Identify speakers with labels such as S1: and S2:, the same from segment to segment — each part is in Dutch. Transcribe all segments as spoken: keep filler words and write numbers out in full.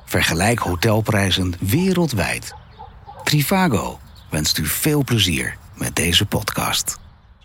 S1: Vergelijk hotelprijzen wereldwijd. Trivago wenst u veel plezier met deze podcast.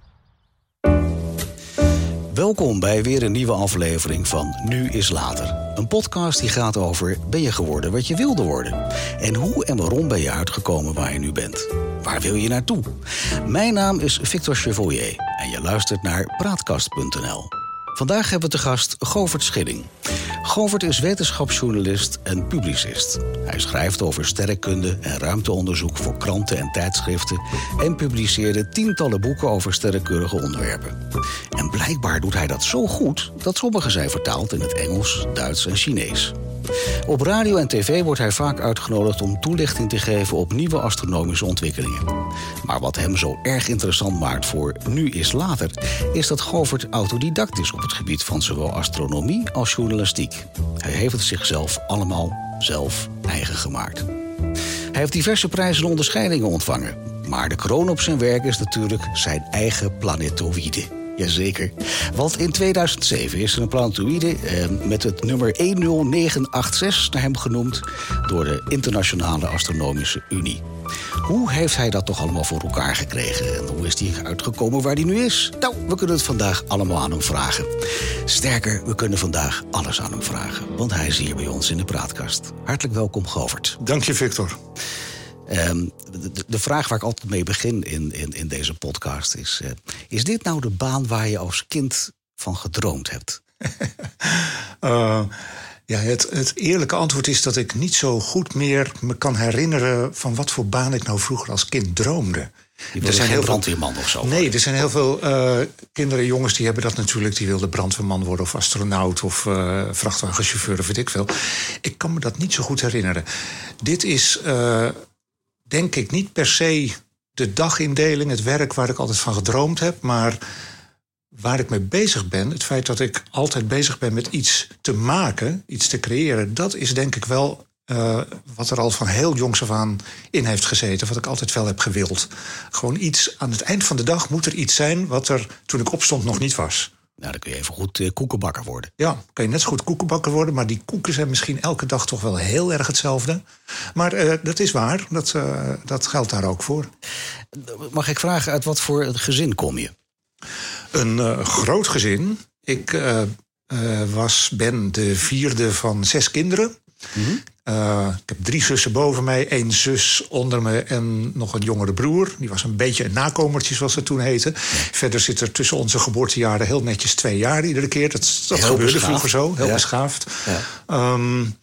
S1: Welkom bij weer een nieuwe aflevering van Nu is Later. Een podcast die gaat over: ben je geworden wat je wilde worden? En hoe en waarom ben je uitgekomen waar je nu bent? Waar wil je naartoe? Mijn naam is Victor Chevoyer en je luistert naar Praatkast punt n l. Vandaag hebben we te gast Govert Schilling. Govert is wetenschapsjournalist en publicist. Hij schrijft over sterrenkunde en ruimteonderzoek voor kranten en tijdschriften en publiceerde tientallen boeken over sterrenkundige onderwerpen. En blijkbaar doet hij dat zo goed dat sommige zijn vertaald in het Engels, Duits en Chinees. Op radio en tv wordt hij vaak uitgenodigd om toelichting te geven op nieuwe astronomische ontwikkelingen. Maar wat hem zo erg interessant maakt voor Nu is Later, is dat Govert autodidact is op het gebied van zowel astronomie als journalistiek. Hij heeft het zichzelf allemaal zelf eigen gemaakt. Hij heeft diverse prijzen en onderscheidingen ontvangen. Maar de kroon op zijn werk is natuurlijk zijn eigen planetoïde. Jazeker, want in tweeduizend zeven is er een planetoïde eh, met het nummer een nul negen acht zes naar hem genoemd door de Internationale Astronomische Unie. Hoe heeft hij dat toch allemaal voor elkaar gekregen en hoe is hij uitgekomen waar hij nu is? Nou, we kunnen het vandaag allemaal aan hem vragen. Sterker, we kunnen vandaag alles aan hem vragen, want hij is hier bij ons in de praatkast. Hartelijk welkom, Govert.
S2: Dank je, Victor.
S1: Um, de, de vraag waar ik altijd mee begin in, in, in deze podcast is: Uh, is dit nou de baan waar je als kind van gedroomd hebt?
S2: uh, ja, het, het eerlijke antwoord is dat ik niet zo goed meer me kan herinneren van wat voor baan ik nou vroeger als kind droomde.
S1: Je wilde geen heel brandweerman of zo?
S2: Nee, er zijn heel veel uh, kinderen en jongens die hebben dat natuurlijk. Die wilden brandweerman worden of astronaut of uh, vrachtwagenchauffeur of weet ik veel. Ik kan me dat niet zo goed herinneren. Dit is Uh, denk ik niet per se de dagindeling, het werk waar ik altijd van gedroomd heb, maar waar ik mee bezig ben, het feit dat ik altijd bezig ben met iets te maken, iets te creëren, dat is denk ik wel uh, wat er al van heel jongs af aan in heeft gezeten, wat ik altijd wel heb gewild. Gewoon iets, aan het eind van de dag moet er iets zijn wat er toen ik opstond nog niet was.
S1: Nou, dan kun je even goed uh, koekenbakker worden.
S2: Ja, kan je net zo goed koekenbakker worden, maar die koeken zijn misschien elke dag toch wel heel erg hetzelfde. Maar uh, dat is waar, dat, uh, dat geldt daar ook voor.
S1: Mag ik vragen, uit wat voor gezin kom je?
S2: Een uh, groot gezin. Ik uh, uh, was, ben de vierde van zes kinderen. Mm-hmm. Uh, ik heb drie zussen boven mij, één zus onder me en nog een jongere broer. Die was een beetje een nakomertje, zoals het toen heette. Ja. Verder zit er tussen onze geboortejaren heel netjes twee jaar iedere keer. Dat, dat gebeurde beschaafd. Vroeger zo, heel ja. beschaafd. Ja. Um,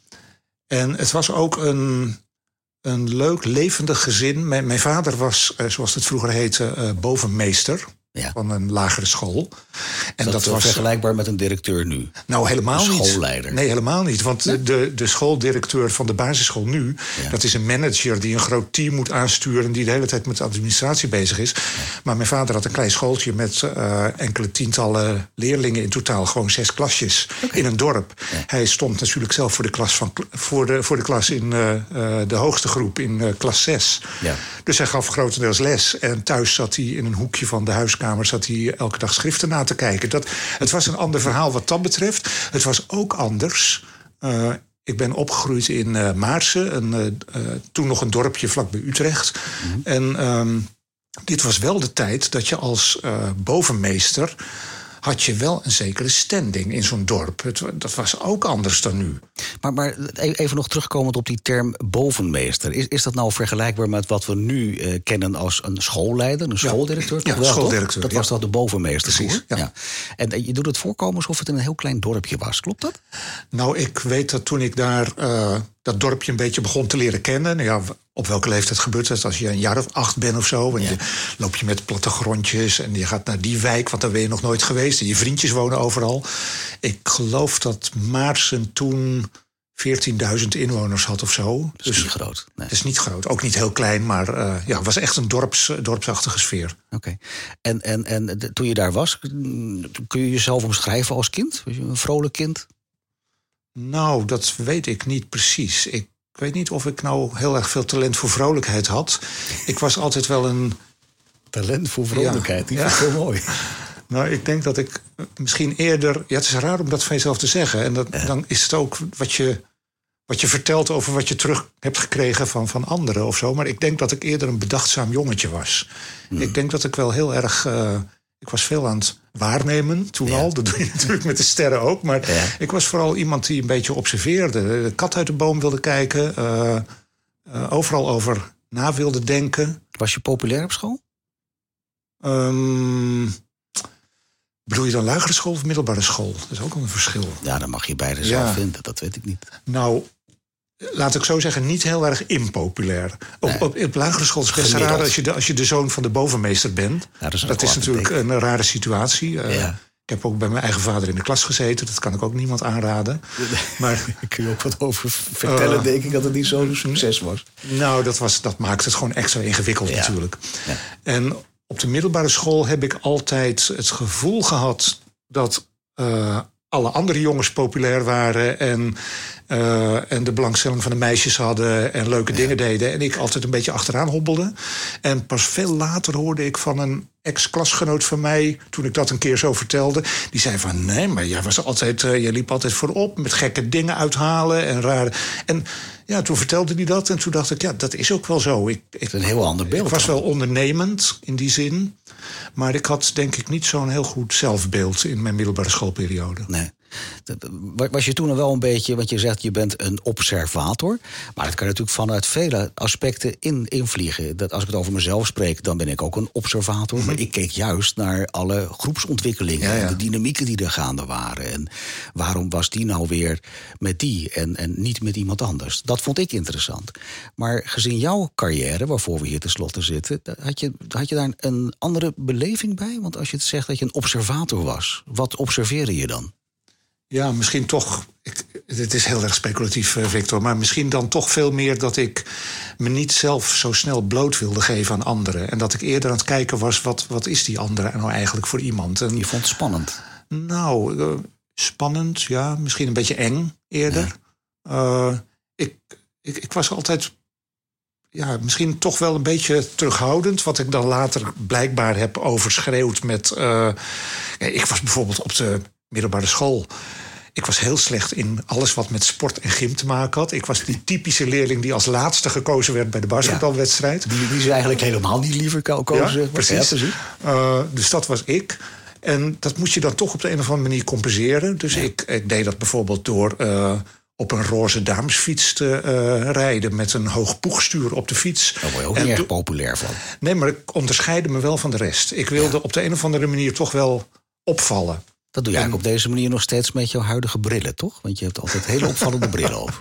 S2: en het was ook een, een leuk, levendig gezin. Mijn, mijn vader was, uh, zoals het vroeger heette, uh, bovenmeester. Ja. Van een lagere school.
S1: En dat, dat was vergelijkbaar met een directeur nu?
S2: Nou, helemaal
S1: een
S2: niet.
S1: Schoolleider?
S2: Nee, helemaal niet. Want
S1: nee?
S2: de, de schooldirecteur van de basisschool nu, ja. dat is een manager die een groot team moet aansturen, die de hele tijd met de administratie bezig is. Ja. Maar mijn vader had een klein schooltje met uh, enkele tientallen leerlingen in totaal, gewoon zes klasjes okay. in een dorp. Ja. Hij stond natuurlijk zelf voor de klas, van, voor de, voor de klas in uh, uh, de hoogste groep, in uh, klas zes. Ja. Dus hij gaf grotendeels les. En thuis zat hij in een hoekje van de huiskamer, zat hij elke dag schriften na te kijken. Dat, het was een ander verhaal wat dat betreft. Het was ook anders. Uh, ik ben opgegroeid in uh, Maarsen, een, uh, uh, toen nog een dorpje vlakbij Utrecht. Mm-hmm. En um, dit was wel de tijd dat je als uh, bovenmeester had je wel een zekere standing in zo'n dorp. Het, dat was ook anders dan nu.
S1: Maar, maar even nog terugkomend op die term bovenmeester. Is, is dat nou vergelijkbaar met wat we nu uh, kennen als een schoolleider, een schooldirecteur?
S2: Ja,
S1: toch wel,
S2: schooldirecteur.
S1: Toch? Dat
S2: ja.
S1: was dat de bovenmeester.
S2: Precies, ja.
S1: Ja. En, en je doet het voorkomen alsof het in een heel klein dorpje was. Klopt dat?
S2: Nou, ik weet dat toen ik daar uh, dat dorpje een beetje begon te leren kennen. Nou ja, op welke leeftijd gebeurt dat? Als je een jaar of acht bent of zo. En ja. je loop je met plattegrondjes en je gaat naar die wijk, want daar ben je nog nooit geweest. En je vriendjes wonen overal. Ik geloof dat Maarsen toen veertienduizend inwoners had of zo.
S1: Dat is dus niet groot. Nee.
S2: Het is niet groot. Ook niet heel klein, maar uh, ja, het was echt een dorps, dorpsachtige sfeer.
S1: Oké. Okay. En, en, en de, toen je daar was, kun je jezelf omschrijven als kind? Was je een vrolijk kind?
S2: Nou, dat weet ik niet precies. Ik weet niet of ik nou heel erg veel talent voor vrolijkheid had. Ik was altijd wel een
S1: talent voor vrolijkheid, ja, die
S2: ja.
S1: vind ik heel mooi.
S2: Nou, ik denk dat ik misschien eerder... Ja, het is raar om dat van jezelf te zeggen. En dat, ja. dan is het ook wat je, wat je vertelt over wat je terug hebt gekregen van, van anderen of zo. Maar ik denk dat ik eerder een bedachtzaam jongetje was. Hmm. Ik denk dat ik wel heel erg... Uh, ik was veel aan het waarnemen toen ja. al. Dat doe je natuurlijk met de sterren ook. Maar ja. ik was vooral iemand die een beetje observeerde. De kat uit de boom wilde kijken. Uh, uh, overal over na wilde denken.
S1: Was je populair op school?
S2: Um, bedoel je dan lagere school of middelbare school? Dat is ook wel een verschil.
S1: Ja, dan mag je beide zelf ja. vinden. Dat weet ik niet.
S2: Nou... Laat ik zo zeggen, niet heel erg impopulair. Op, nee. op, op lagere school is het best raar als je, de, als je de zoon van de bovenmeester bent. Ja, dat is, dat is natuurlijk een, een rare situatie. Uh, ja. Ik heb ook bij mijn eigen vader in de klas gezeten. Dat kan ik ook niemand aanraden.
S1: Maar daar kun je ook wat over vertellen, uh, denk ik, dat het niet zo'n succes was.
S2: Nou, dat, was, dat maakt het gewoon extra ingewikkeld ja. natuurlijk. Ja. En op de middelbare school heb ik altijd het gevoel gehad... dat uh, alle andere jongens populair waren... en Uh, en de belangstelling van de meisjes hadden en leuke ja. dingen deden. En ik altijd een beetje achteraan hobbelde. En pas veel later hoorde ik van een ex-klasgenoot van mij... toen ik dat een keer zo vertelde... die zei van, nee, maar jij, was altijd, uh, jij liep altijd voorop... met gekke dingen uithalen en rare... En ja, toen vertelde hij dat en toen dacht ik... ja, dat is ook wel zo. Ik, ik,
S1: een heel ander beeld.
S2: Ik was wel ondernemend in die zin... maar ik had denk ik niet zo'n heel goed zelfbeeld... in mijn middelbare schoolperiode.
S1: Nee. Was je toen al wel een beetje, want je zegt je bent een observator... maar dat kan natuurlijk vanuit vele aspecten in, invliegen. Dat als ik het over mezelf spreek, dan ben ik ook een observator... Mm-hmm. maar ik keek juist naar alle groepsontwikkelingen... Ja, ja. en de dynamieken die er gaande waren. En waarom was die nou weer met die en, en niet met iemand anders? Dat vond ik interessant. Maar gezien jouw carrière, waarvoor we hier tenslotte zitten... had je, had je daar een andere beleving bij? Want als je het zegt dat je een observator was, wat observeerde je dan?
S2: Ja, misschien toch... Ik, dit is heel erg speculatief, Victor... maar misschien dan toch veel meer dat ik me niet zelf zo snel bloot wilde geven aan anderen. En dat ik eerder aan het kijken was... wat, wat is die andere nou eigenlijk voor iemand? En,
S1: je vond het spannend?
S2: Nou, uh, spannend, ja. Misschien een beetje eng eerder. Ja. Uh, ik, ik, ik was altijd... ja, misschien toch wel een beetje terughoudend... wat ik dan later blijkbaar heb overschreeuwd met... Uh, ik was bijvoorbeeld op de... middelbare school. Ik was heel slecht in alles wat met sport en gym te maken had. Ik was die typische leerling die als laatste gekozen werd... bij de basketbalwedstrijd.
S1: Ja, die, die ze eigenlijk helemaal niet liever kozen.
S2: Ja, precies. Ja, precies. Uh, dus dat was ik. En dat moest je dan toch op de een of andere manier compenseren. Dus ja. ik, ik deed dat bijvoorbeeld door... Uh, op een roze damesfiets te uh, rijden... met een hoog poegstuur op de fiets.
S1: Daar word je ook en niet erg populair van.
S2: Nee, maar ik onderscheidde me wel van de rest. Ik wilde ja. op de een of andere manier toch wel opvallen.
S1: Dat doe je eigenlijk op deze manier nog steeds met jouw huidige brillen, toch? Want je hebt altijd hele opvallende brillen op.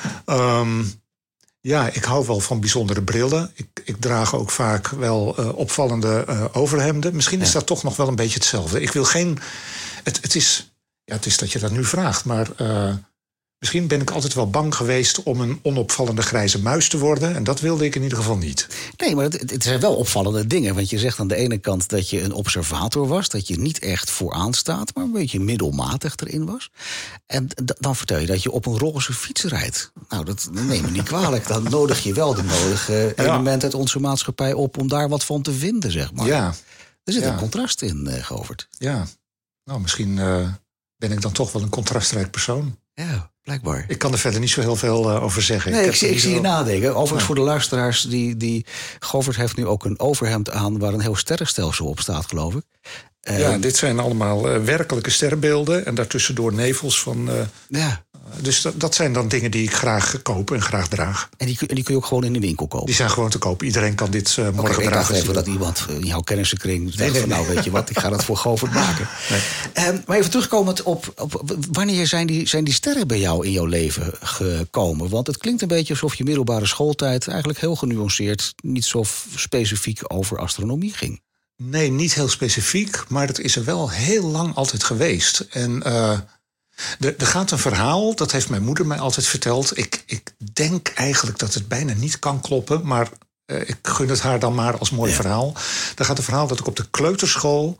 S2: Um, ja, ik hou wel van bijzondere brillen. Ik, ik draag ook vaak wel uh, opvallende uh, overhemden. Misschien is ja. dat toch nog wel een beetje hetzelfde. Ik wil geen... Het, het, is, ja, het is dat je dat nu vraagt, maar... Uh, Misschien ben ik altijd wel bang geweest om een onopvallende grijze muis te worden. En dat wilde ik in ieder geval niet.
S1: Nee, maar het, het zijn wel opvallende dingen. Want je zegt aan de ene kant dat je een observator was. Dat je niet echt vooraan staat, maar een beetje middelmatig erin was. En d- dan vertel je dat je op een roze fiets rijdt. Nou, dat neem me niet kwalijk. Dan nodig je wel de nodige ja. elementen uit onze maatschappij op... om daar wat van te vinden, zeg maar.
S2: Ja.
S1: Er zit
S2: ja.
S1: een contrast in, uh, Govert.
S2: Ja, nou, misschien uh, ben ik dan toch wel een contrastrijk persoon.
S1: Ja, blijkbaar.
S2: Ik kan er verder niet zo heel veel uh, over zeggen.
S1: Nee, ik,
S2: ik,
S1: ik, ik zie je
S2: wel...
S1: nadenken. Overigens ja. voor de luisteraars, die, die Govert heeft nu ook een overhemd aan... waar een heel sterrenstelsel op staat, geloof ik.
S2: Uh, ja, dit zijn allemaal uh, werkelijke sterrenbeelden... en daartussendoor nevels van... Uh,
S1: ja.
S2: Dus dat, dat zijn dan dingen die ik graag koop en graag draag.
S1: En die, die kun je ook gewoon in de winkel kopen?
S2: Die zijn gewoon te kopen. Iedereen kan dit uh, morgen okay, dragen.
S1: Ik dacht even dat iemand in jouw kennissenkring zegt nee, nee, van... nou, nee. weet je wat, ik ga dat voor Govert maken. Nee. Um, maar even terugkomend op, op... wanneer zijn die, zijn die sterren bij jou in jouw leven gekomen? Want het klinkt een beetje alsof je middelbare schooltijd... eigenlijk heel genuanceerd, niet zo specifiek over astronomie ging.
S2: Nee, niet heel specifiek, maar dat is er wel heel lang altijd geweest. En... Uh, Er, er gaat een verhaal, dat heeft mijn moeder mij altijd verteld. Ik, ik denk eigenlijk dat het bijna niet kan kloppen... maar uh, ik gun het haar dan maar als mooi ja. verhaal. Er gaat een verhaal dat ik op de kleuterschool...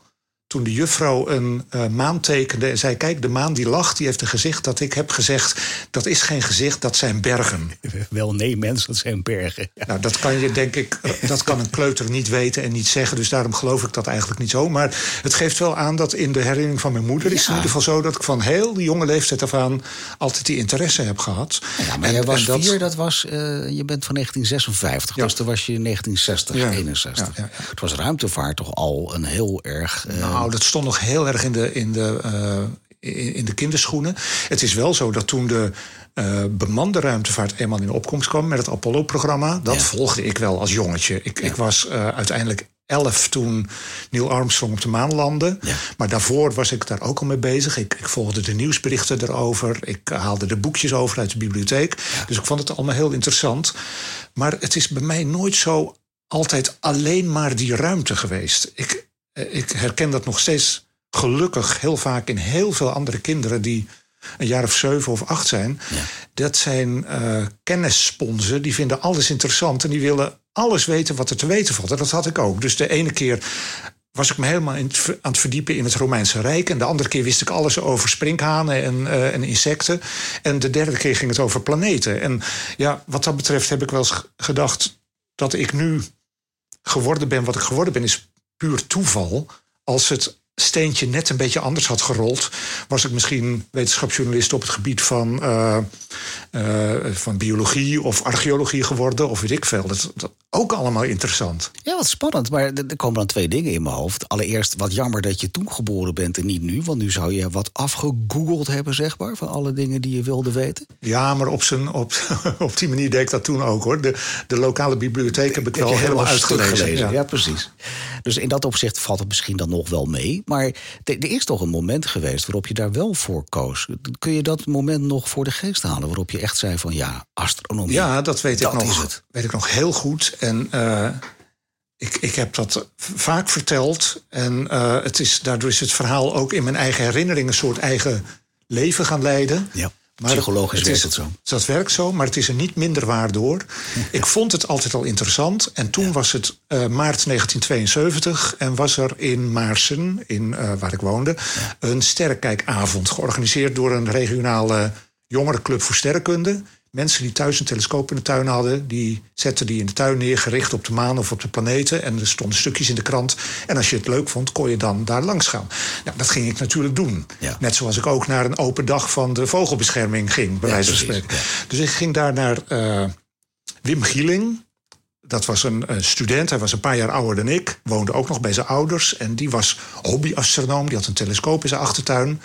S2: toen de juffrouw een uh, maan tekende en zei... kijk, de maan die lacht, die heeft een gezicht dat ik heb gezegd... dat is geen gezicht, dat zijn bergen.
S1: Wel, nee, mensen, dat zijn bergen. Ja.
S2: Nou, dat kan je, denk ik, dat kan een kleuter niet weten en niet zeggen... dus daarom geloof ik dat eigenlijk niet zo. Maar het geeft wel aan dat in de herinnering van mijn moeder... is het in ieder geval zo dat ik van heel de jonge leeftijd af aan... altijd die interesse heb gehad.
S1: Ja, maar jij was dat... vier, dat was... Uh, je bent van negentien zesenvijftig, ja. Dus toen was je negentien zestig, ja. eenenzestig. Ja, ja, ja. Het was ruimtevaart toch al een heel erg... Uh...
S2: Nou, dat stond nog heel erg in de, in, de, uh, in, in de kinderschoenen. Het is wel zo dat toen de uh, bemande ruimtevaart eenmaal in de opkomst kwam... met het Apollo-programma, dat ja. volgde ik wel als jongetje. Ik, ja. ik was uh, uiteindelijk elf toen Neil Armstrong op de maan landde. Ja. Maar daarvoor was ik daar ook al mee bezig. Ik, ik volgde de nieuwsberichten erover. Ik haalde de boekjes over uit de bibliotheek. Ja. Dus ik vond het allemaal heel interessant. Maar het is bij mij nooit zo altijd alleen maar die ruimte geweest. Ik, ik herken dat nog steeds gelukkig heel vaak in heel veel andere kinderen... die een jaar of zeven of acht zijn. Ja. Dat zijn uh, kennissponsen, die vinden alles interessant... en die willen alles weten wat er te weten valt. En dat had ik ook. Dus de ene keer was ik me helemaal in het, aan het verdiepen in het Romeinse Rijk... en de andere keer wist ik alles over sprinkhanen en, uh, en insecten. En de derde keer ging het over planeten. En ja, wat dat betreft heb ik wel eens gedacht... dat ik nu geworden ben wat ik geworden ben... is puur toeval. Als het steentje net een beetje anders had gerold... was ik misschien wetenschapsjournalist op het gebied van, uh, uh, van biologie of archeologie geworden... of weet ik veel. Dat, dat ook allemaal interessant.
S1: Ja, wat spannend. Maar er komen dan twee dingen in mijn hoofd. Allereerst, wat jammer dat je toen geboren bent en niet nu. Want nu zou je wat afgegoogeld hebben, zeg maar... van alle dingen die je wilde weten.
S2: Ja, maar op, zijn, op, op die manier deed ik dat toen ook, hoor. De, de lokale bibliotheek heb ik wel helemaal, helemaal uitgelezen. Gelezen.
S1: Ja. ja, precies. Dus in dat opzicht valt het misschien dan nog wel mee... Maar er is toch een moment geweest waarop je daar wel voor koos. Kun je dat moment nog voor de geest halen? Waarop je echt zei van ja, astronomie.
S2: Ja, dat weet,
S1: dat
S2: ik, nog, weet ik nog heel goed. En uh, ik, ik heb dat vaak verteld. En uh, het is, daardoor is het verhaal ook in mijn eigen herinnering... een soort eigen leven gaan leiden.
S1: Ja. Maar Psychologisch werkt het zo.
S2: Dat werkt zo, maar het is er niet minder waar door. Ik vond het altijd al interessant. En toen ja. was het uh, maart negentien tweeënzeventig... en was er in Maarsen, in, uh, waar ik woonde... Ja. een sterrenkijkavond georganiseerd door een regionale jongerenclub voor sterrenkunde. Mensen die thuis een telescoop in de tuin hadden... die zetten die in de tuin neer, gericht op de maan of op de planeten. En er stonden stukjes in de krant. En als je het leuk vond, kon je dan daar langs gaan. Nou, dat ging ik natuurlijk doen. Ja. Net zoals ik ook naar een open dag van de vogelbescherming ging, bij ja, wijze van spreken. Ja. Dus ik ging daar naar uh, Wim Gieling. Dat was een, een student, hij was een paar jaar ouder dan ik. Woonde ook nog bij zijn ouders. En die was hobbyastronoom, die had een telescoop in zijn achtertuin...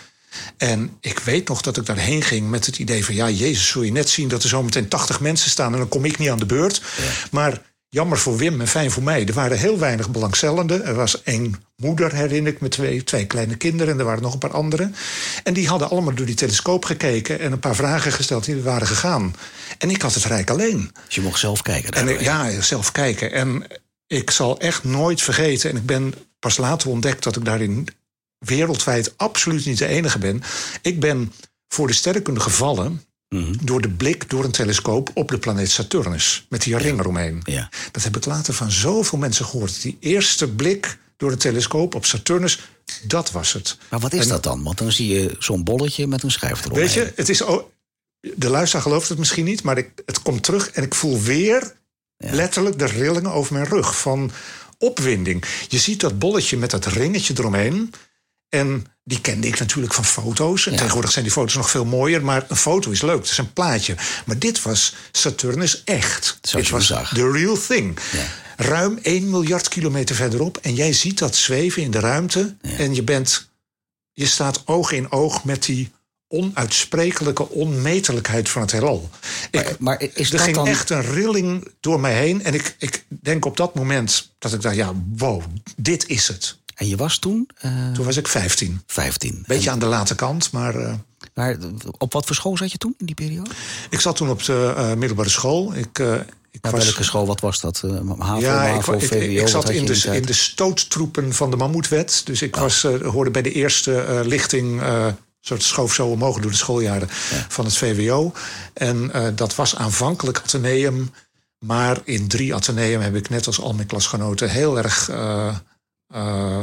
S2: En ik weet nog dat ik daarheen ging met het idee van... ja, Jezus, zul je net zien dat er zo meteen tachtig mensen staan... en dan kom ik niet aan de beurt. Ja. Maar jammer voor Wim en fijn voor mij. Er waren heel weinig belangstellenden. Er was één moeder, herinner ik me, twee, twee kleine kinderen... en er waren nog een paar anderen. En die hadden allemaal door die telescoop gekeken... en een paar vragen gesteld die waren gegaan. En ik had het rijk alleen.
S1: Dus je mocht zelf kijken?
S2: En ik, ja, zelf kijken. En ik zal echt nooit vergeten... en ik ben pas later ontdekt dat ik daarin... wereldwijd absoluut niet de enige ben. Ik ben voor de sterrenkunde gevallen... Mm-hmm. door de blik door een telescoop op de planeet Saturnus. Met die ring eromheen. Ja. Dat heb ik later van zoveel mensen gehoord. Die eerste blik door de telescoop op Saturnus, dat was het.
S1: Maar wat is en, dat dan? Want dan zie je zo'n bolletje met een schijf eromheen.
S2: Weet je, het is... Oh, de luisteraar gelooft het misschien niet... maar ik, het komt terug en ik voel weer ja. letterlijk de rillingen over mijn rug. Van opwinding. Je ziet dat bolletje met dat ringetje eromheen... En die kende ik natuurlijk van foto's. En ja. tegenwoordig zijn die foto's nog veel mooier. Maar een foto is leuk, het is een plaatje. Maar dit was Saturnus echt. Dit was the real thing. Ja. Ruim één miljard kilometer verderop. En jij ziet dat zweven in de ruimte. Ja. En je, bent, je staat oog in oog met die onuitsprekelijke onmetelijkheid van het heelal.
S1: Maar, ik, maar is
S2: er
S1: dat
S2: ging
S1: dan...
S2: echt een rilling door mij heen. En ik, ik denk op dat moment dat ik dacht... ja, wow, dit is het.
S1: En je was toen? Uh...
S2: Toen was ik vijftien.
S1: vijftien.
S2: Beetje
S1: en...
S2: aan de late kant, maar... Uh...
S1: Maar op wat voor school zat je toen in die periode?
S2: Ik zat toen op de uh, middelbare school. Ik, uh, ik
S1: ja,
S2: was...
S1: Welke school, wat was dat? Uh, HAVO,
S2: ja,
S1: MAVO,
S2: ik,
S1: V W O?
S2: Ik, ik zat in de,
S1: in,
S2: in de stoottroepen van de Mammoetwet. Dus ik oh. was, uh, hoorde bij de eerste uh, lichting... Uh, soort schoof zo omhoog door de schooljaren ja. van het V W O. En uh, dat was aanvankelijk Atheneum. Maar in drie Atheneum heb ik net als al mijn klasgenoten... heel erg... Uh, uh,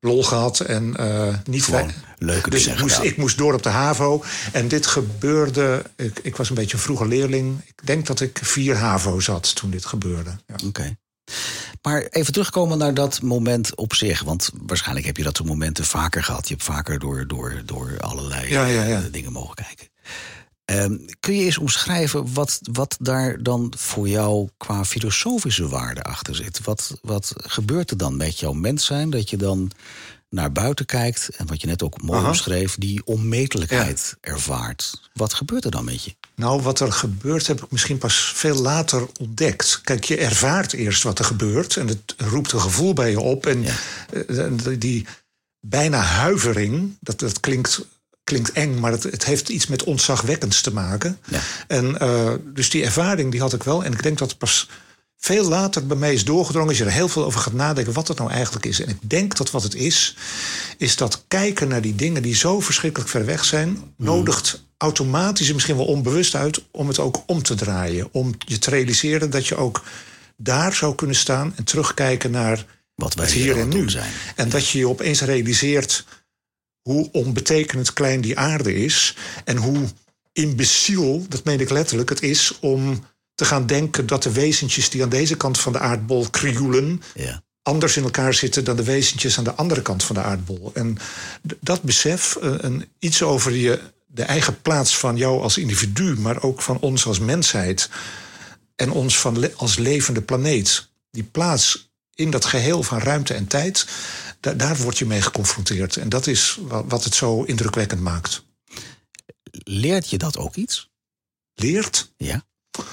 S2: lol gehad en uh, niet
S1: Gewoon leuke
S2: dus
S1: dingen
S2: ik moest,
S1: gedaan.
S2: ik moest door op de HAVO. En dit gebeurde... Ik, ik was een beetje een vroege leerling. Ik denk dat ik vier HAVO zat toen dit gebeurde. Ja.
S1: Oké. Okay. Maar even terugkomen naar dat moment op zich. Want waarschijnlijk heb je dat soort momenten vaker gehad. Je hebt vaker door, door, door allerlei
S2: ja, ja, ja.
S1: dingen mogen kijken. Um, kun je eens omschrijven wat, wat daar dan voor jou qua filosofische waarde achter zit? Wat, wat gebeurt er dan met jouw mens zijn? Dat je dan naar buiten kijkt en wat je net ook mooi omschreef, die onmetelijkheid ja. ervaart. Wat gebeurt er dan met je?
S2: Nou, wat er gebeurt heb ik misschien pas veel later ontdekt. Kijk, je ervaart eerst wat er gebeurt en het roept een gevoel bij je op. En ja. die bijna huivering, dat, dat klinkt... Klinkt eng, maar het, het heeft iets met ontzagwekkends te maken. Ja. En uh, dus die ervaring die had ik wel. En ik denk dat het pas veel later bij mij is doorgedrongen. Als je er heel veel over gaat nadenken wat het nou eigenlijk is. En ik denk dat wat het is, is dat kijken naar die dingen die zo verschrikkelijk ver weg zijn, mm. nodigt automatisch en misschien wel onbewust uit om het ook om te draaien. Om je te realiseren dat je ook daar zou kunnen staan en terugkijken naar
S1: wat wij
S2: het hier en nu.
S1: Zijn.
S2: En ja. dat je je opeens realiseert hoe onbetekenend klein die aarde is. En hoe imbeciel, dat meen ik letterlijk, het is om te gaan denken dat de wezentjes die aan deze kant van de aardbol krioelen, ja. anders in elkaar zitten dan de wezentjes aan de andere kant van de aardbol. En d- dat besef, uh, een, iets over je, de eigen plaats van jou als individu, maar ook van ons als mensheid en ons van le- als levende planeet. Die plaats in dat geheel van ruimte en tijd, da- daar word je mee geconfronteerd. En dat is wa- wat het zo indrukwekkend maakt.
S1: Leert je dat ook iets?
S2: Leert?
S1: Ja.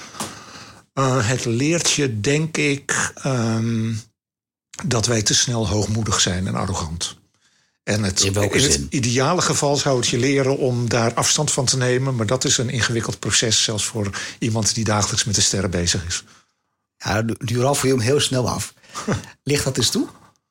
S2: Uh, het leert je, denk ik, um, dat wij te snel hoogmoedig zijn en arrogant. En het,
S1: in welke
S2: in
S1: zin?
S2: het ideale geval zou het je leren om daar afstand van te nemen. Maar dat is een ingewikkeld proces, zelfs voor iemand die dagelijks met de sterren bezig is.
S1: Ja, nu raf je hem heel snel af. Ligt dat eens toe?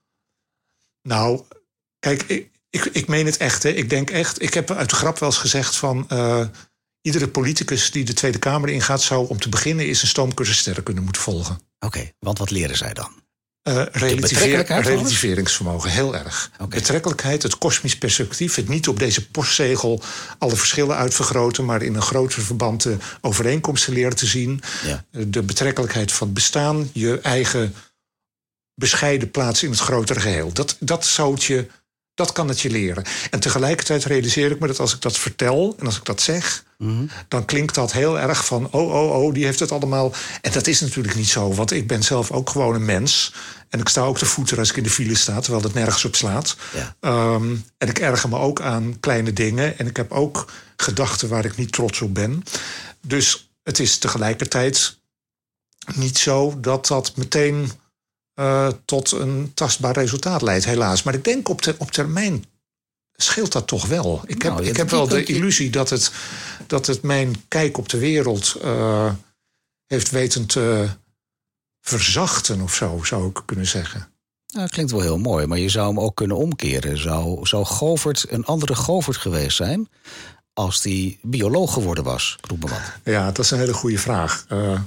S2: Nou, kijk, ik, ik, ik meen het echt. Hè. Ik denk echt, ik heb uit de grap wel eens gezegd van Uh, iedere politicus die de Tweede Kamer ingaat, zou om te beginnen eens een stoomcursus sterren kunnen moeten volgen.
S1: Oké, okay, want wat leren zij dan?
S2: Uh, relativeer, relativeringsvermogen, heel erg. Okay. Betrekkelijkheid, het kosmisch perspectief, het niet op deze postzegel alle verschillen uitvergroten, maar in een groter verband de overeenkomsten leren te zien. Ja. De betrekkelijkheid van het bestaan, je eigen bescheiden plaats in het grotere geheel. Dat, dat zou het je, dat kan het je leren. En tegelijkertijd realiseer ik me dat als ik dat vertel en als ik dat zeg, mm-hmm. dan klinkt dat heel erg van oh, oh, oh, die heeft het allemaal. En dat is natuurlijk niet zo, want ik ben zelf ook gewoon een mens. En ik sta ook te voeteren als ik in de file sta, terwijl het nergens op slaat. Ja. Um, en ik erger me ook aan kleine dingen. En ik heb ook gedachten waar ik niet trots op ben. Dus het is tegelijkertijd niet zo dat dat meteen Uh, tot een tastbaar resultaat leidt, helaas. Maar ik denk op, ter, op termijn scheelt dat toch wel. Ik heb, nou, ik heb wel de illusie dat het, dat het mijn kijk op de wereld uh, heeft weten te verzachten of zo, zou ik kunnen zeggen.
S1: Nou, dat klinkt wel heel mooi, maar je zou hem ook kunnen omkeren. Zou, zou Govert een andere Govert geweest zijn als die bioloog geworden was? Ik roep maar wat.
S2: Ja, dat is een hele goede vraag. Uh,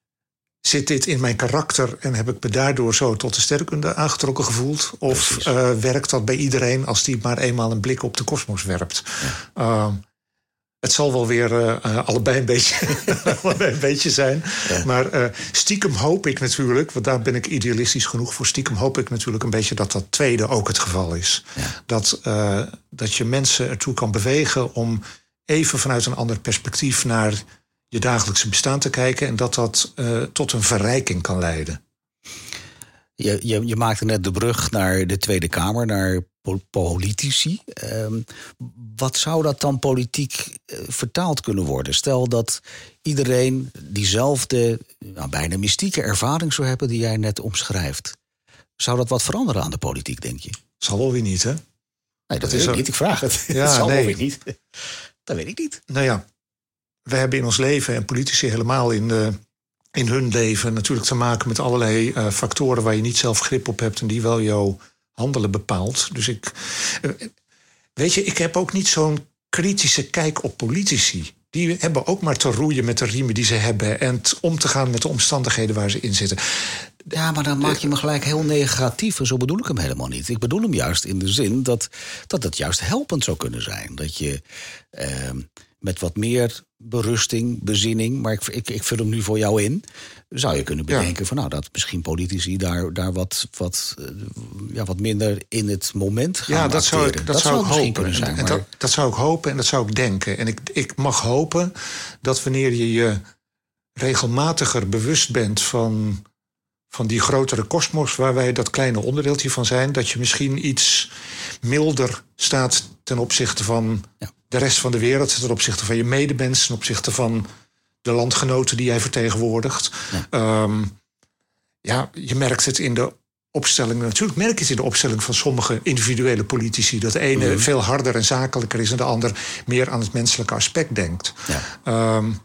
S2: Zit dit in mijn karakter en heb ik me daardoor zo tot de sterrenkunde aangetrokken gevoeld? Of uh, werkt dat bij iedereen als die maar eenmaal een blik op de kosmos werpt? Ja. Uh, het zal wel weer uh, allebei, een beetje, allebei een beetje zijn. Ja. Maar uh, stiekem hoop ik natuurlijk, want daar ben ik idealistisch genoeg voor, stiekem hoop ik natuurlijk een beetje dat dat tweede ook het geval is. Ja. Dat, uh, dat je mensen ertoe kan bewegen om even vanuit een ander perspectief naar je dagelijkse bestaan te kijken en dat dat uh, tot een verrijking kan leiden.
S1: Je, je, je maakte net de brug naar de Tweede Kamer, naar politici. Um, wat zou dat dan politiek uh, vertaald kunnen worden? Stel dat iedereen diezelfde nou, bijna mystieke ervaring zou hebben die jij net omschrijft. Zou dat wat veranderen aan de politiek, denk je?
S2: Zal wel weer niet, hè?
S1: Nee, dat, dat
S2: is
S1: weet ik
S2: ook
S1: niet. Ik vraag het.
S2: Ja,
S1: dat zal
S2: nee.
S1: wel weer niet. Dat weet ik niet.
S2: Nou ja, we hebben in ons leven, en politici helemaal in, de, in hun leven, natuurlijk te maken met allerlei uh, factoren waar je niet zelf grip op hebt en die wel jouw handelen bepaalt. Dus ik, uh, weet je, ik heb ook niet zo'n kritische kijk op politici. Die hebben ook maar te roeien met de riemen die ze hebben en om te gaan met de omstandigheden waar ze in zitten.
S1: Ja, maar dan maak je me gelijk heel negatief. En zo bedoel ik hem helemaal niet. Ik bedoel hem juist in de zin dat, dat het juist helpend zou kunnen zijn. Dat je eh, met wat meer berusting, bezinning... maar ik, ik, ik vul hem nu voor jou in... zou je kunnen bedenken ja. van nou dat misschien politici daar, daar wat, wat, ja, wat minder in het moment gaan
S2: ja, dat zou ik, dat, dat zou ik hopen.
S1: Kunnen zijn,
S2: en
S1: maar...
S2: dat, dat zou ik hopen en dat zou ik denken. En ik, ik mag hopen dat wanneer je je regelmatiger bewust bent van, van die grotere kosmos waar wij dat kleine onderdeeltje van zijn, dat je misschien iets milder staat ten opzichte van ja. de rest van de wereld, ten opzichte van je medemens, ten opzichte van de landgenoten die jij vertegenwoordigt. Ja. Um, ja, je merkt het in de opstelling. Natuurlijk merk je het in de opstelling van sommige individuele politici. Dat de ene mm-hmm. veel harder en zakelijker is en de ander meer aan het menselijke aspect denkt. Ja. Um,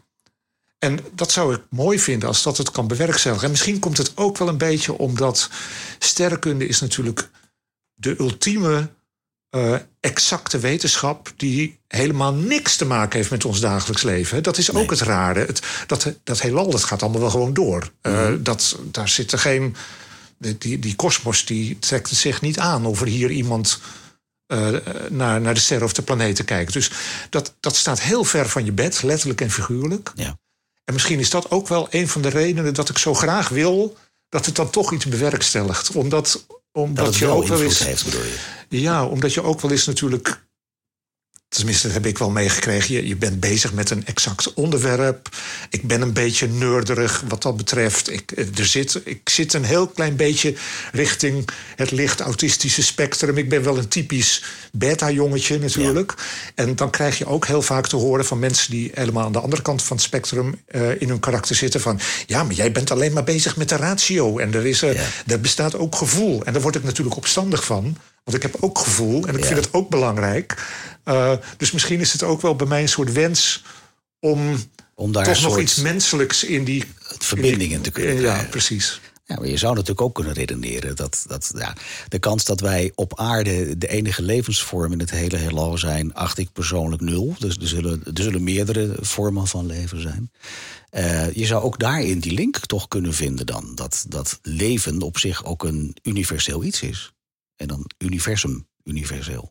S2: en dat zou ik mooi vinden als dat het kan bewerkstelligen. En misschien komt het ook wel een beetje omdat sterrenkunde is natuurlijk de ultieme Uh, exacte wetenschap die helemaal niks te maken heeft met ons dagelijks leven. Dat is ook nee. het rare. Het, dat, dat heelal, dat gaat allemaal wel gewoon door. Mm-hmm. Uh, dat, daar zit er geen... Die, die kosmos die trekt het zich niet aan of er hier iemand uh, naar, naar de sterren of de planeten kijkt. Dus dat, dat staat heel ver van je bed, letterlijk en figuurlijk. Ja. En misschien is dat ook wel een van de redenen dat ik zo graag wil dat het dan toch iets bewerkstelligt. Omdat... Omdat
S1: dat het
S2: je
S1: wel
S2: ook wel
S1: invloed
S2: eens,
S1: heeft, bedoel je?
S2: Ja, omdat je ook wel eens natuurlijk... Tenminste, dat heb ik wel meegekregen. Je, je bent bezig met een exact onderwerp. Ik ben een beetje nerderig wat dat betreft. Ik, er zit, ik zit een heel klein beetje richting het licht autistische spectrum. Ik ben wel een typisch beta-jongetje natuurlijk. Ja. En dan krijg je ook heel vaak te horen van mensen die helemaal aan de andere kant van het spectrum uh, in hun karakter zitten van... ja, maar jij bent alleen maar bezig met de ratio. En er, is, uh, ja. er bestaat ook gevoel. En daar word ik natuurlijk opstandig van. Want ik heb ook gevoel en ik ja. vind het ook belangrijk. Uh, dus misschien is het ook wel bij mij een soort wens om, om daar toch nog iets menselijks in die...
S1: verbindingen in te kunnen
S2: ja,
S1: krijgen.
S2: Ja, precies.
S1: Ja, maar je zou natuurlijk ook kunnen redeneren dat, dat ja, de kans dat wij op aarde de enige levensvorm in het hele heelal zijn, acht ik persoonlijk nul. Dus er zullen, er zullen meerdere vormen van leven zijn. Uh, je zou ook daarin die link toch kunnen vinden dan. Dat, dat leven op zich ook een universeel iets is. En dan universum, universeel.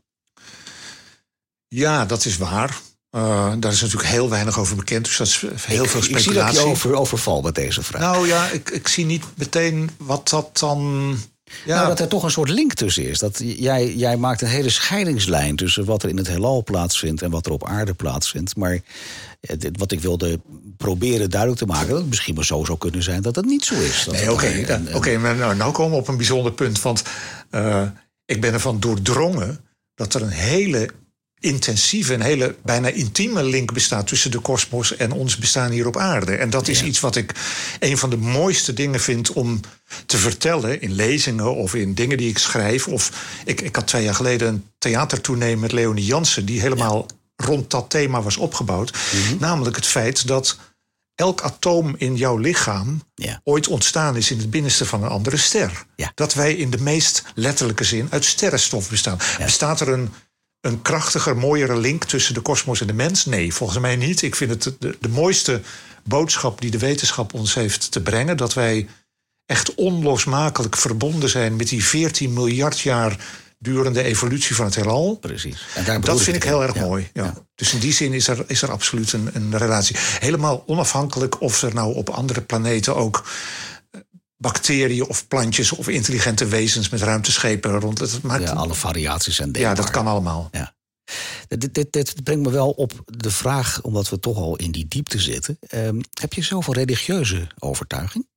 S2: Ja, dat is waar. Uh, daar is natuurlijk heel weinig over bekend. Dus dat is heel
S1: ik,
S2: veel speculatie.
S1: Ik zie dat je over, overval met deze vraag.
S2: Nou ja, ik, ik zie niet meteen wat dat dan... Ja.
S1: Nou, dat er toch een soort link tussen is. Dat jij, jij maakt een hele scheidingslijn tussen wat er in het heelal plaatsvindt en wat er op aarde plaatsvindt. Maar wat ik wilde proberen duidelijk te maken, dat het misschien maar zo zou kunnen zijn dat het niet zo is. Dat
S2: nee, oké, okay, ja, okay, maar nou, nou komen we op een bijzonder punt. Want uh, ik ben ervan doordrongen dat er een hele intensieve, een hele bijna intieme link bestaat tussen de kosmos en ons bestaan hier op aarde. En dat is ja. iets wat ik een van de mooiste dingen vind om te vertellen in lezingen of in dingen die ik schrijf. Of ik, ik had twee jaar geleden een theatertournee met Leonie Jansen die helemaal ja. rond dat thema was opgebouwd. Mm-hmm. Namelijk het feit dat elk atoom in jouw lichaam ja. ooit ontstaan is in het binnenste van een andere ster. Ja. Dat wij in de meest letterlijke zin uit sterrenstof bestaan. Ja. Bestaat er een Een krachtiger, mooiere link tussen de kosmos en de mens? Nee, volgens mij niet. Ik vind het de, de mooiste boodschap die de wetenschap ons heeft te brengen. Dat wij echt onlosmakelijk verbonden zijn met die veertien miljard jaar durende evolutie van het heelal.
S1: Precies.
S2: En daar dat vind ik heel erg ja. mooi. Ja. Ja. Dus in die zin is er, is er absoluut een, een relatie. Helemaal onafhankelijk of er nou op andere planeten ook bacteriën of plantjes of intelligente wezens met ruimteschepen rond. Het maakt
S1: ja, alle variaties zijn denkbaar.
S2: Ja, dat kan allemaal.
S1: Ja. Dit, dit, dit brengt me wel op de vraag, omdat we toch al in die diepte zitten. Um, heb je zelf een religieuze overtuiging?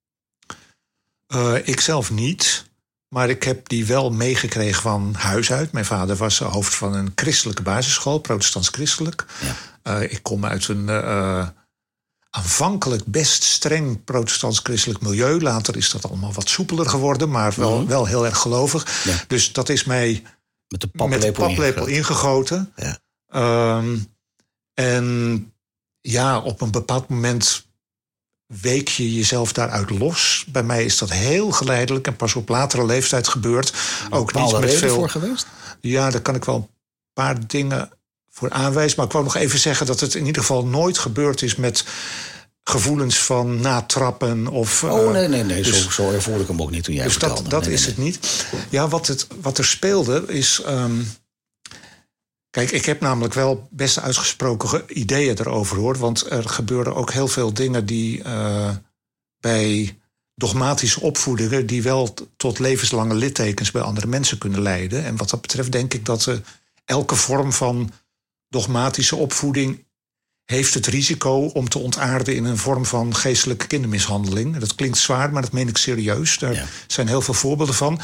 S2: Uh, ik zelf niet, maar ik heb die wel meegekregen van huis uit. Mijn vader was hoofd van een christelijke basisschool, protestants-christelijk. Ja. Uh, ik kom uit een Uh, aanvankelijk best streng protestants-christelijk milieu. Later is dat allemaal wat soepeler geworden, maar wel, mm-hmm. wel heel erg gelovig. Ja. Dus dat is mij
S1: met de paplepel,
S2: met de paplepel ingegoten. ingegoten. Ja. Um, en ja, op een bepaald moment week je jezelf daaruit los. Bij mij is dat heel geleidelijk en pas op latere leeftijd gebeurd. Ook niet met veel
S1: voor geweest?
S2: Ja, daar kan ik wel een paar dingen voor aanwijzen. Maar ik wou nog even zeggen dat het in ieder geval nooit gebeurd is met gevoelens van natrappen. Of,
S1: oh,
S2: uh,
S1: nee, nee, nee.
S2: Dus,
S1: zo, zo ervoer ik hem ook niet toen jij
S2: dus
S1: vertelde.
S2: dat, dat
S1: nee,
S2: is
S1: nee,
S2: het
S1: nee.
S2: niet. Ja, wat, het, wat er speelde is... Um, kijk, ik heb namelijk wel best uitgesproken ideeën erover, hoor. Want er gebeuren ook heel veel dingen die uh, bij dogmatische opvoedingen... die wel t- tot levenslange littekens bij andere mensen kunnen leiden. En wat dat betreft denk ik dat uh, elke vorm van dogmatische opvoeding... heeft het risico om te ontaarden in een vorm van geestelijke kindermishandeling. Dat klinkt zwaar, maar dat meen ik serieus. Daar ja. zijn heel veel voorbeelden van.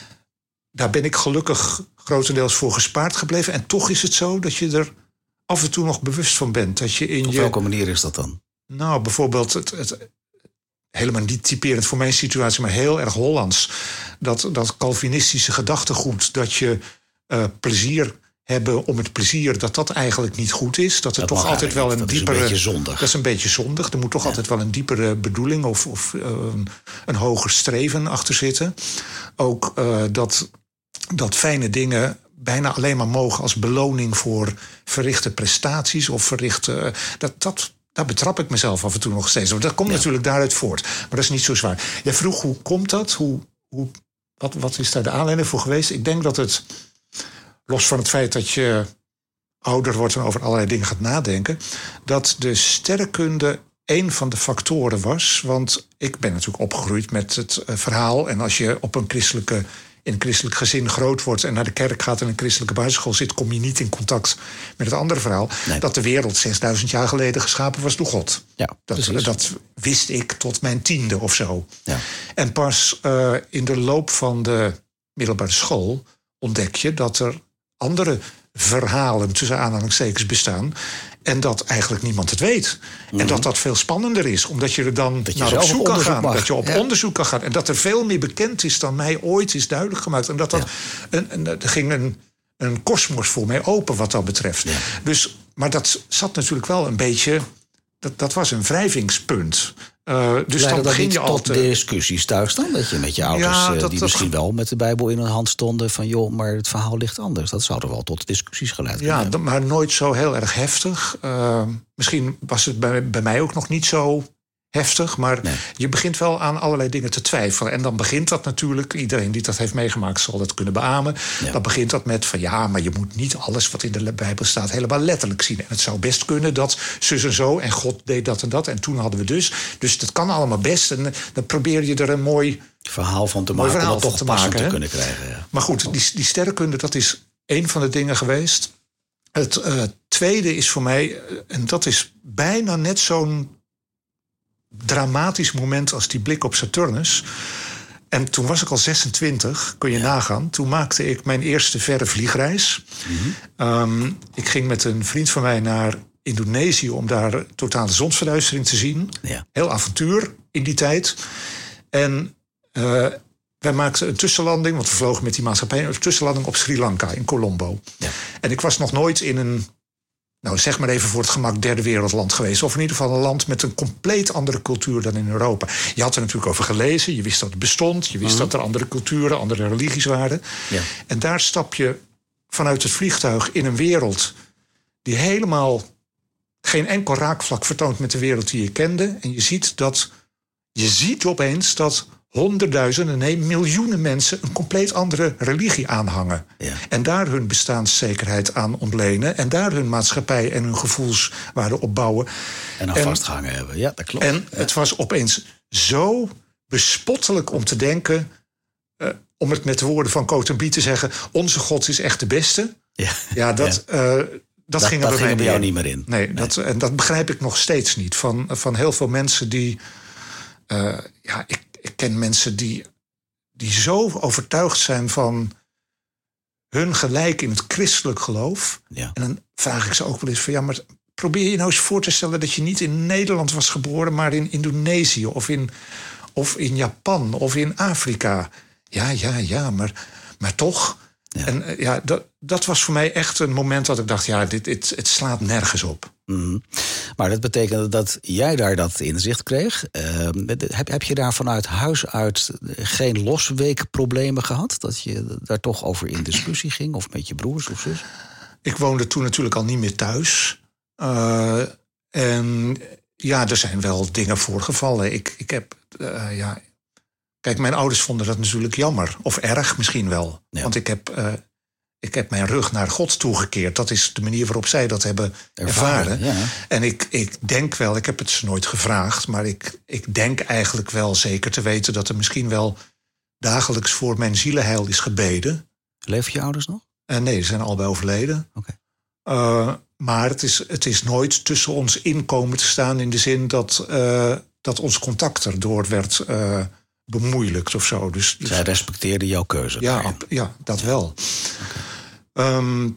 S2: Daar ben ik gelukkig grotendeels voor gespaard gebleven. En toch is het zo dat je er af en toe nog bewust van bent. Dat je in
S1: Op
S2: je,
S1: welke manier is dat dan?
S2: Nou, bijvoorbeeld, het, het, helemaal niet typerend voor mijn situatie... maar heel erg Hollands. Dat, dat Calvinistische gedachtegoed dat je uh, plezier... hebben om het plezier, dat dat eigenlijk niet goed is. Dat er dat toch altijd wel een
S1: dat
S2: diepere...
S1: is een beetje zondig.
S2: Dat is een beetje zondig. Er moet toch ja. altijd wel een diepere bedoeling... of, of uh, een, een hoger streven achter zitten. Ook uh, dat, dat fijne dingen bijna alleen maar mogen... als beloning voor verrichte prestaties of verrichte... Uh, dat, dat, daar betrap ik mezelf af en toe nog steeds. Dat komt ja. natuurlijk daaruit voort. Maar dat is niet zo zwaar. Jij vroeg, hoe komt dat? Hoe, hoe, wat, wat is daar de aanleiding voor geweest? Ik denk dat het... los van het feit dat je ouder wordt en over allerlei dingen gaat nadenken... dat de sterrenkunde één van de factoren was. Want ik ben natuurlijk opgegroeid met het uh, verhaal... en als je op een christelijke, in een christelijk gezin groot wordt... en naar de kerk gaat en in een christelijke basisschool zit... kom je niet in contact met het andere verhaal... Nee. dat de wereld zesduizend jaar geleden geschapen was door God.
S1: Ja,
S2: dat, dat wist ik tot mijn tiende of zo.
S1: Ja.
S2: En pas uh, in de loop van de middelbare school ontdek je dat er... andere verhalen tussen aanhalingstekens bestaan... en dat eigenlijk niemand het weet. Mm-hmm. En dat dat veel spannender is, omdat je er dan
S1: je
S2: naar op zoek kan gaan.
S1: Mag.
S2: Dat je op ja. onderzoek kan gaan. En dat er veel meer bekend is dan mij ooit is duidelijk gemaakt. En dat dat ja. een, een, er ging een, een kosmos voor mij open wat dat betreft. Ja. Dus, maar dat zat natuurlijk wel een beetje... Dat, dat was een wrijvingspunt. Uh, dus
S1: Leidde
S2: dan begin je
S1: tot
S2: altijd
S1: discussies thuis dan? Dat je met je ouders, ja, dat, die dat, misschien wel met de Bijbel in hun hand stonden... van joh, maar het verhaal ligt anders. Dat zou er wel tot discussies geleid kunnen
S2: Ja,
S1: hebben.
S2: maar nooit zo heel erg heftig. Uh, misschien was het bij, bij mij ook nog niet zo heftig... maar nee. je begint wel aan allerlei dingen te twijfelen. En dan begint dat natuurlijk, iedereen die dat heeft meegemaakt... zal dat kunnen beamen. Ja. Dan begint dat met van ja, maar je moet niet alles wat in de Bijbel staat... helemaal letterlijk zien. En het zou best kunnen dat zus en zo... en God deed dat en dat en toen hadden we dus. Dus dat kan allemaal best. En dan probeer je er een mooi
S1: verhaal van te maken... om dat toch te passend te kunnen krijgen. Ja.
S2: Maar goed, die, die sterrenkunde, dat is één van de dingen geweest. Het uh, tweede is voor mij, en dat is bijna net zo'n... dramatisch moment als die blik op Saturnus. En toen was ik al zesentwintig, kun je ja. nagaan. Toen maakte ik mijn eerste verre vliegreis. Mm-hmm. Um, ik ging met een vriend van mij naar Indonesië... om daar totale zonsverduistering te zien. Ja. Heel avontuur in die tijd. En uh, wij maakten een tussenlanding... want we vlogen met die maatschappij... een tussenlanding op Sri Lanka, in Colombo. Ja. En ik was nog nooit in een... nou, zeg maar even voor het gemak derde wereldland geweest. Of in ieder geval een land met een compleet andere cultuur dan in Europa. Je had er natuurlijk over gelezen. Je wist dat het bestond. Je wist mm-hmm. dat er andere culturen, andere religies waren. Ja. En daar stap je vanuit het vliegtuig in een wereld... die helemaal geen enkel raakvlak vertoont met de wereld die je kende. En je ziet dat... je ziet opeens dat... honderdduizenden, nee, miljoenen mensen... een compleet andere religie aanhangen. Ja. En daar hun bestaanszekerheid aan ontlenen... en daar hun maatschappij en hun gevoelswaarde opbouwen.
S1: En aan en, vastgehangen hebben, ja, dat klopt.
S2: En ja. het was opeens zo bespottelijk om te denken... Uh, om het met de woorden van Cotonby te zeggen... onze God is echt de beste. Ja, ja dat... Ja. Uh, Dat, dat ging er
S1: dat
S2: bij,
S1: ging
S2: mij
S1: bij jou niet meer in.
S2: Nee, nee. Dat, en dat begrijp ik nog steeds niet. Van, van heel veel mensen die... Uh, ja, ik, ik ken mensen die, die zo overtuigd zijn van hun gelijk in het christelijk geloof. Ja. En dan vraag ik ze ook wel eens van... ja, maar probeer je nou eens voor te stellen... dat je niet in Nederland was geboren... maar in Indonesië of in, of in Japan of in Afrika. Ja, ja, ja, maar, maar toch... Ja. En uh, ja, dat, dat was voor mij echt een moment dat ik dacht... ja, dit, dit, het slaat nergens op.
S1: Mm-hmm. Maar dat betekende dat jij daar dat inzicht kreeg. Uh, heb, heb je daar vanuit huis uit geen losweekproblemen gehad? Dat je daar toch over in discussie ging? Of met je broers of zus?
S2: Ik woonde toen natuurlijk al niet meer thuis. Uh, en Ja, er zijn wel dingen voorgevallen. Ik, ik heb, uh, ja... Kijk, mijn ouders vonden dat natuurlijk jammer. Of erg misschien wel. Ja. Want ik heb, uh, ik heb mijn rug naar God toegekeerd. Dat is de manier waarop zij dat hebben ervaren. ervaren. Ja. En ik, ik denk wel, ik heb het ze nooit gevraagd... maar ik, ik denk eigenlijk wel zeker te weten... dat er misschien wel dagelijks voor mijn zielenheil is gebeden.
S1: Leven je ouders nog?
S2: Uh, nee, ze zijn allebei overleden.
S1: Okay.
S2: Uh, maar het is, het is nooit tussen ons in komen te staan... in de zin dat, uh, dat ons contact erdoor werd... Uh, bemoeilijkt of zo. Dus, dus,
S1: Zij respecteerden jouw keuze.
S2: Ja, ja dat wel. Okay. Um,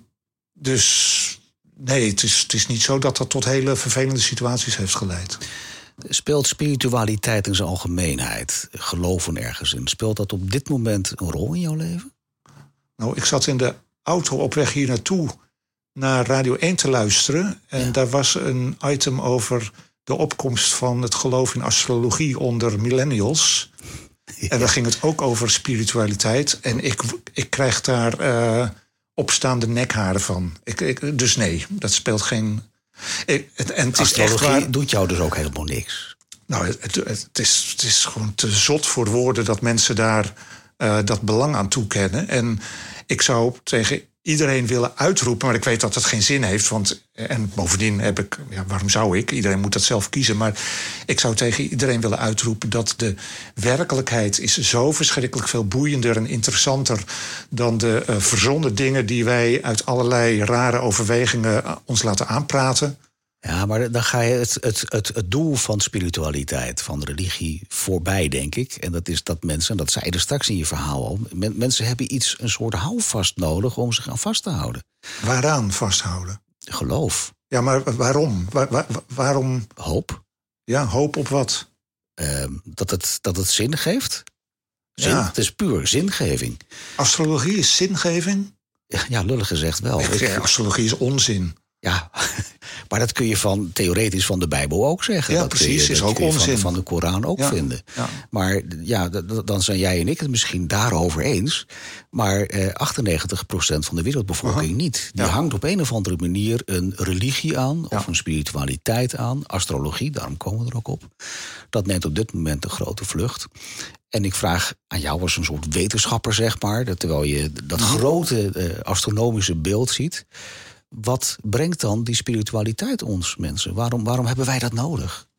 S2: dus nee, het is, het is niet zo dat dat tot hele vervelende situaties heeft geleid.
S1: Speelt spiritualiteit in zijn algemeenheid, geloven ergens in... speelt dat op dit moment een rol in jouw leven?
S2: Nou, ik zat in de auto op weg hier naartoe... naar Radio één te luisteren. En ja. daar was een item over... de opkomst van het geloof in astrologie onder millennials. Ja. En dan ging het ook over spiritualiteit. En ik, ik krijg daar uh, opstaande nekharen van. Ik, ik, dus nee, dat speelt geen... Ik, het, en het
S1: astrologie
S2: is echt waar,
S1: doet jou dus ook helemaal niks?
S2: Nou, het, het, het, is, het is gewoon te zot voor woorden... dat mensen daar uh, dat belang aan toekennen. En ik zou tegen... iedereen willen uitroepen, maar ik weet dat het geen zin heeft. Want, en bovendien heb ik, ja, waarom zou ik? Iedereen moet dat zelf kiezen. Maar ik zou tegen iedereen willen uitroepen... dat de werkelijkheid is zo verschrikkelijk veel boeiender en interessanter... dan de uh, verzonnen dingen die wij uit allerlei rare overwegingen uh, ons laten aanpraten.
S1: Ja, maar dan ga je het, het, het, het doel van spiritualiteit, van religie, voorbij, denk ik. En dat is dat mensen, en dat zei je er straks in je verhaal al... Men, mensen hebben iets, een soort houvast nodig om zich aan vast te houden.
S2: Waaraan vasthouden?
S1: Geloof.
S2: Ja, maar waarom? Waar, waar, waarom?
S1: Hoop.
S2: Ja, hoop op wat?
S1: Uh, dat, het, dat het zin geeft. Zin,
S2: ja.
S1: Het is puur zingeving.
S2: Astrologie is zingeving?
S1: Ja, ja lullig gezegd wel.
S2: Ik, ja, astrologie is onzin.
S1: Ja, maar dat kun je van theoretisch van de Bijbel ook zeggen.
S2: Ja,
S1: dat
S2: precies,
S1: je,
S2: is
S1: dat
S2: ook
S1: kun je
S2: onzin.
S1: Van, van de Koran ook
S2: ja,
S1: vinden.
S2: Ja.
S1: Maar ja, dan zijn jij en ik het misschien daarover eens. Maar eh, achtennegentig procent van de wereldbevolking uh-huh. niet. Die ja. hangt op een of andere manier een religie aan...
S2: Ja.
S1: of een spiritualiteit aan, astrologie, daarom komen we er ook op. Dat neemt op dit moment een grote vlucht. En ik vraag aan jou als een soort wetenschapper, zeg maar... Dat, terwijl je dat uh-huh. grote uh, astronomische beeld ziet... Wat brengt dan die spiritualiteit ons, mensen? Waarom, waarom hebben wij dat nodig?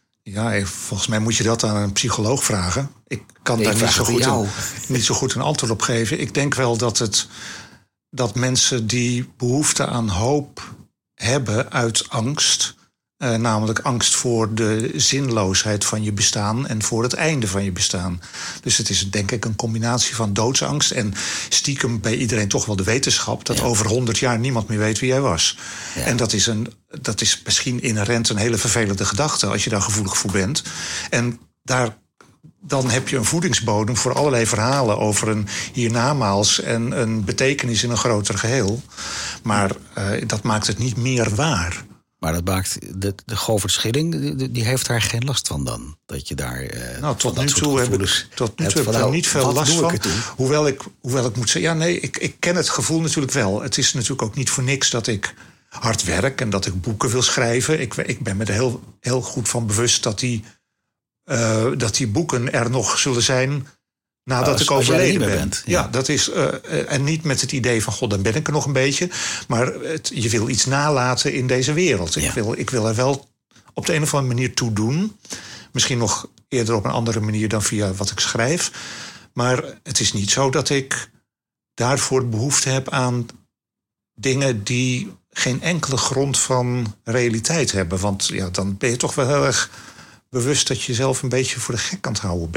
S2: Ja, volgens mij moet je dat aan een psycholoog vragen. Ik kan
S1: nee,
S2: daar
S1: ik
S2: niet zo, goed
S1: jou.
S2: een, niet zo goed een antwoord op geven. Ik denk wel dat, het, dat mensen die behoefte aan hoop hebben uit angst... Uh, namelijk angst voor de zinloosheid van je bestaan... en voor het einde van je bestaan. Dus het is denk ik een combinatie van doodsangst... en stiekem bij iedereen toch wel de wetenschap... dat ja. over honderd jaar niemand meer weet wie jij was. Ja. En dat is, een, dat is misschien inherent een hele vervelende gedachte... als je daar gevoelig voor bent. En daar... dan heb je een voedingsbodem voor allerlei verhalen... over een hiernamaals en een betekenis in een groter geheel. Maar uh, dat maakt het niet meer waar...
S1: Maar dat maakt de, de Govert Schilling, die, die heeft daar geen last van dan? Dat je daar. Uh,
S2: nou, tot nu toe heb ik, tot nu toe heb ik daar niet veel last van. Hoewel ik, hoewel ik moet zeggen, ja, nee, ik, ik ken het gevoel natuurlijk wel. Het is natuurlijk ook niet voor niks dat ik hard werk en dat ik boeken wil schrijven. Ik, ik ben me er heel, heel goed van bewust dat die, uh, dat die boeken er nog zullen zijn. Nadat als, ik overleden ben. Bent, ja. ja, dat is. Uh, en niet met het idee van god, dan ben ik er nog een beetje. Maar het, je wil iets nalaten in deze wereld. Ja. Ik, wil, ik wil er wel op de een of andere manier toe doen. Misschien nog eerder op een andere manier dan via wat ik schrijf. Maar het is niet zo dat ik daarvoor behoefte heb aan dingen die geen enkele grond van realiteit hebben. Want ja, dan ben je toch wel heel erg bewust dat je jezelf een beetje voor de gek aan het houden bent.